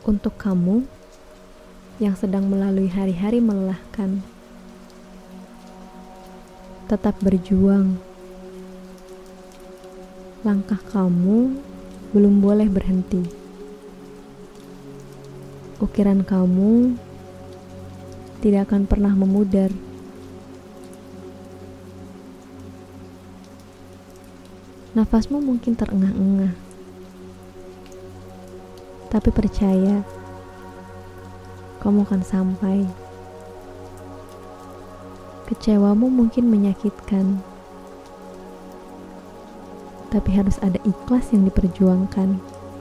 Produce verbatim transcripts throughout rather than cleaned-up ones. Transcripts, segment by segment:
Untuk kamu yang sedang melalui hari-hari melelahkan, tetap berjuang. Langkah kamu belum boleh berhenti. Ukiran kamu tidak akan pernah memudar. Nafasmu mungkin terengah-engah, tapi percaya, kamu akan sampai. Kecewamu mungkin menyakitkan, tapi harus ada ikhlas yang diperjuangkan.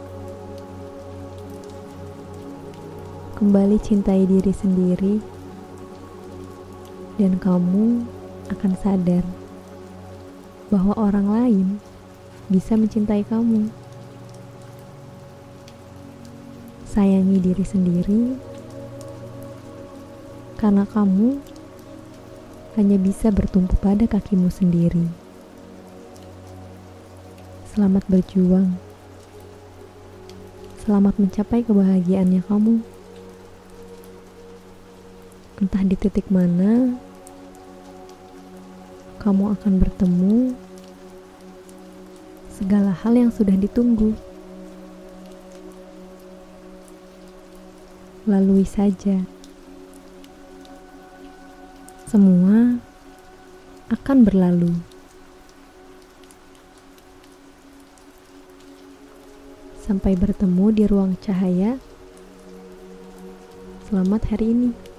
Kembali cintai diri sendiri, dan kamu akan sadar bahwa orang lain bisa mencintai kamu. Sayangi diri sendiri, karena kamu hanya bisa bertumpu pada kakimu sendiri. Selamat berjuang. Selamat mencapai kebahagiaannya kamu. Entah di titik mana kamu akan bertemu segala hal yang sudah ditunggu. Lalui saja. Semua akan berlalu. Sampai bertemu di ruang cahaya. Selamat hari ini.